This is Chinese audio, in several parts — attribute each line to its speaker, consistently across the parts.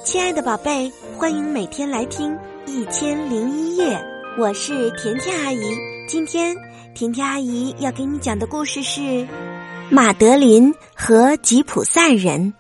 Speaker 1: 亲爱的宝贝，欢迎每天来听1001夜，我是甜甜阿姨。今天甜甜阿姨要给你讲的故事是马德琳和吉普赛人。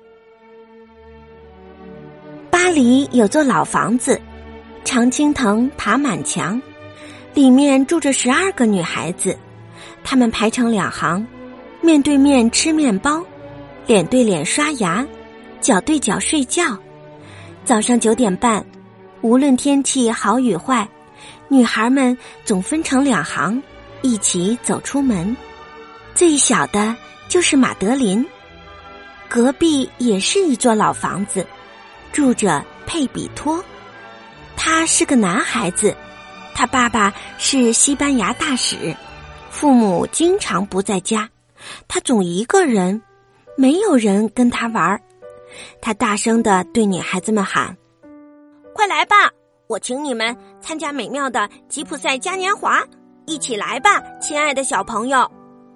Speaker 1: 巴黎有座老房子，常青藤爬满墙，里面住着12个女孩子，她们排成2行，面对面吃面包，脸对脸刷牙，脚对脚睡觉。早上9点半，无论天气好与坏，女孩们总分成2行，一起走出门。最小的就是马德琳，隔壁也是一座老房子，住着佩比托。他是个男孩子，他爸爸是西班牙大使，父母经常不在家，他总一个人，没有人跟他玩。他大声地对女孩子们喊：快来吧，我请你们参加美妙的吉普赛嘉年华，一起来吧，亲爱的小朋友。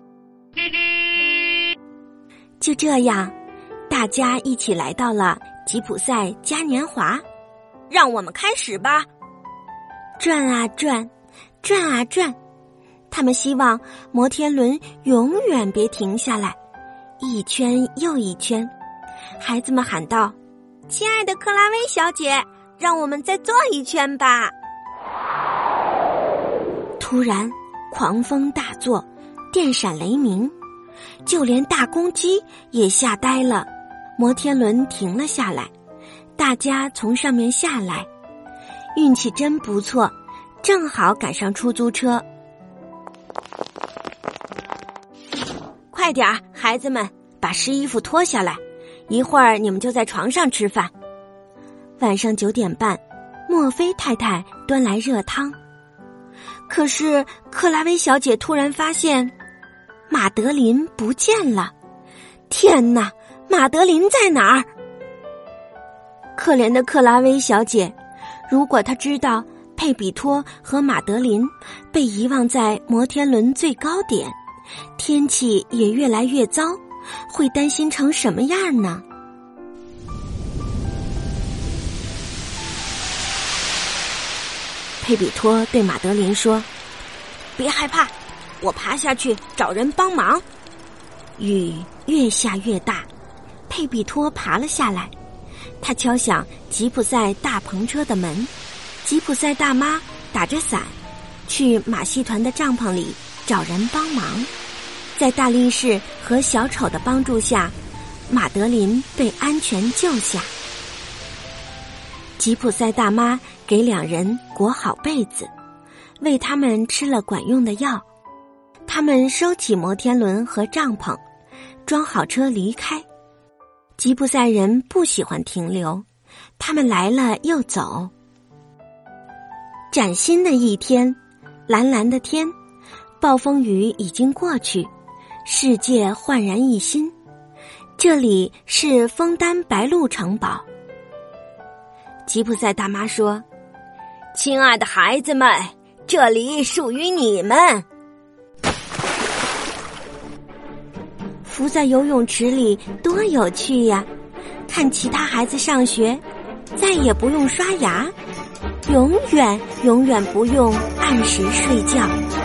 Speaker 1: 就这样，大家一起来到了吉普赛嘉年华，让我们开始吧。转啊转，转啊转，他们希望摩天轮永远别停下来，一圈又一圈。孩子们喊道：亲爱的克拉薇小姐，让我们再做一圈吧。突然狂风大作，电闪雷鸣，就连大公鸡也吓呆了。摩天轮停了下来，大家从上面下来，运气真不错，正好赶上出租车。快点儿，孩子们，把湿衣服脱下来，一会儿你们就在床上吃饭。晚上9点半，墨菲太太端来热汤。可是克拉薇小姐突然发现马德琳不见了。天哪，马德琳在哪儿？可怜的克拉薇小姐，如果她知道佩比托和马德琳被遗忘在摩天轮最高点，天气也越来越糟，会担心成什么样呢？佩比托对马德琳说：别害怕，我爬下去找人帮忙。雨越下越大，佩比托爬了下来，他敲响吉普赛大篷车的门。吉普赛大妈打着伞去马戏团的帐篷里找人帮忙。在大力士和小丑的帮助下，马德琳被安全救下。吉普赛大妈给2人裹好被子，为他们吃了管用的药。他们收起摩天轮和帐篷，装好车离开。吉普赛人不喜欢停留，他们来了又走。崭新的一天，蓝蓝的天，暴风雨已经过去，世界焕然一新。这里是枫丹白露城堡。吉普赛大妈说：亲爱的孩子们，这里属于你们。浮在游泳池里多有趣呀，看其他孩子上学，再也不用刷牙，永远不用按时睡觉。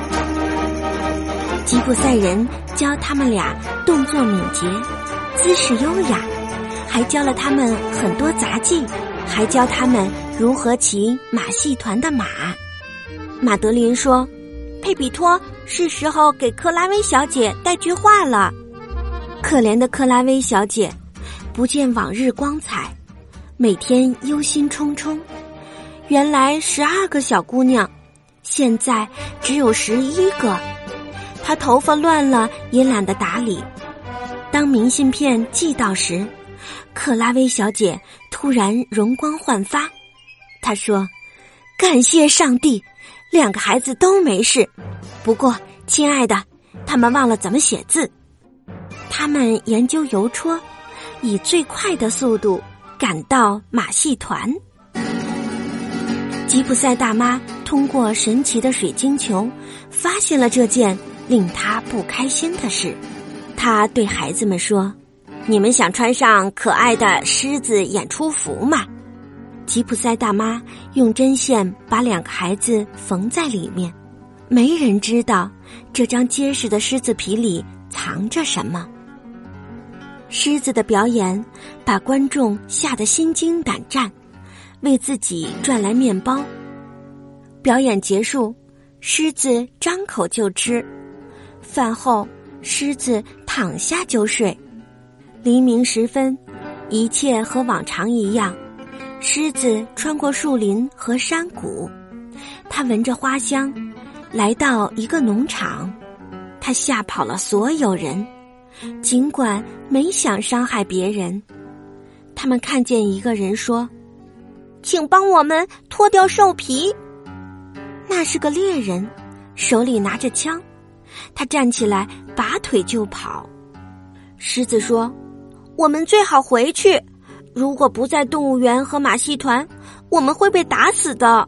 Speaker 1: 吉普赛人教他们俩动作敏捷，姿势优雅，还教了他们很多杂技，还教他们如何骑马戏团的马。马德琳说：佩比托，是时候给克拉薇小姐带句话了。可怜的克拉薇小姐，不见往日光彩，每天忧心忡忡。原来12个小姑娘，现在只有11个。她头发乱了也懒得打理。当明信片寄到时，克拉薇小姐突然容光焕发。她说：感谢上帝，2个孩子都没事。不过亲爱的，他们忘了怎么写字。他们研究邮戳，以最快的速度赶到马戏团。吉普赛大妈通过神奇的水晶球发现了这件令她不开心的事。她对孩子们说： 你们想穿上可爱的狮子演出服吗？吉普赛大妈用针线把2个孩子缝在里面，没人知道这张结实的狮子皮里藏着什么。狮子的表演把观众吓得心惊胆战，为自己赚来面包。表演结束，狮子张口就吃，饭后狮子躺下就睡。黎明时分，一切和往常一样。狮子穿过树林和山谷，它闻着花香，来到一个农场。它吓跑了所有人，尽管没想伤害别人。他们看见一个人说：“请帮我们脱掉兽皮。”那是个猎人，手里拿着枪。他站起来，拔腿就跑。狮子说：“我们最好回去，如果不在动物园和马戏团，我们会被打死的。”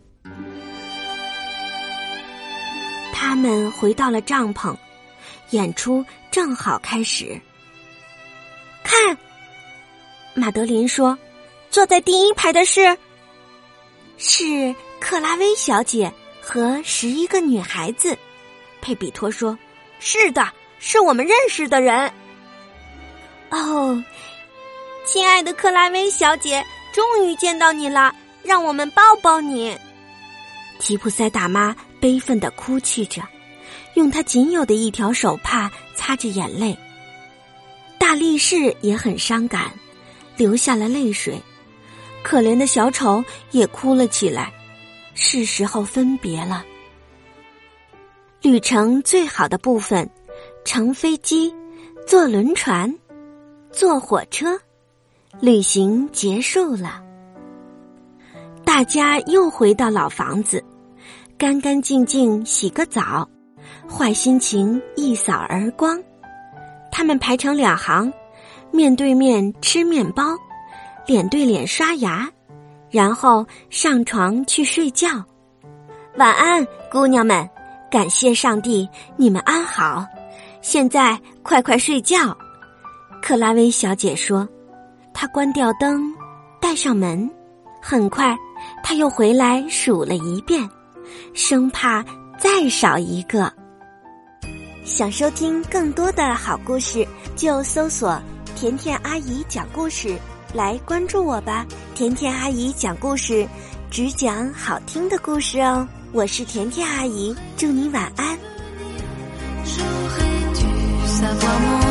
Speaker 1: 他们回到了帐篷，演出正好开始。看，马德琳说，坐在第1排的是克拉薇小姐和11个女孩子。佩比托说，是的，是我们认识的人。哦，亲爱的克拉薇小姐，终于见到你了，让我们抱抱你。吉普赛大妈悲愤地哭泣着，用她仅有的一条手帕擦着眼泪。大力士也很伤感，流下了泪水。可怜的小丑也哭了起来。是时候分别了。旅程最好的部分，乘飞机，坐轮船，坐火车，旅行结束了。大家又回到老房子，干干净净洗个澡，坏心情一扫而光。他们排成2行，面对面吃面包，脸对脸刷牙，然后上床去睡觉。晚安，姑娘们，感谢上帝，你们安好。现在快快睡觉。克拉薇小姐说，她关掉灯，带上门。很快，她又回来数了1遍，生怕再少一个。想收听更多的好故事，就搜索甜甜阿姨讲故事来关注我吧。甜甜阿姨讲故事，只讲好听的故事哦。我是甜甜阿姨，祝你晚安。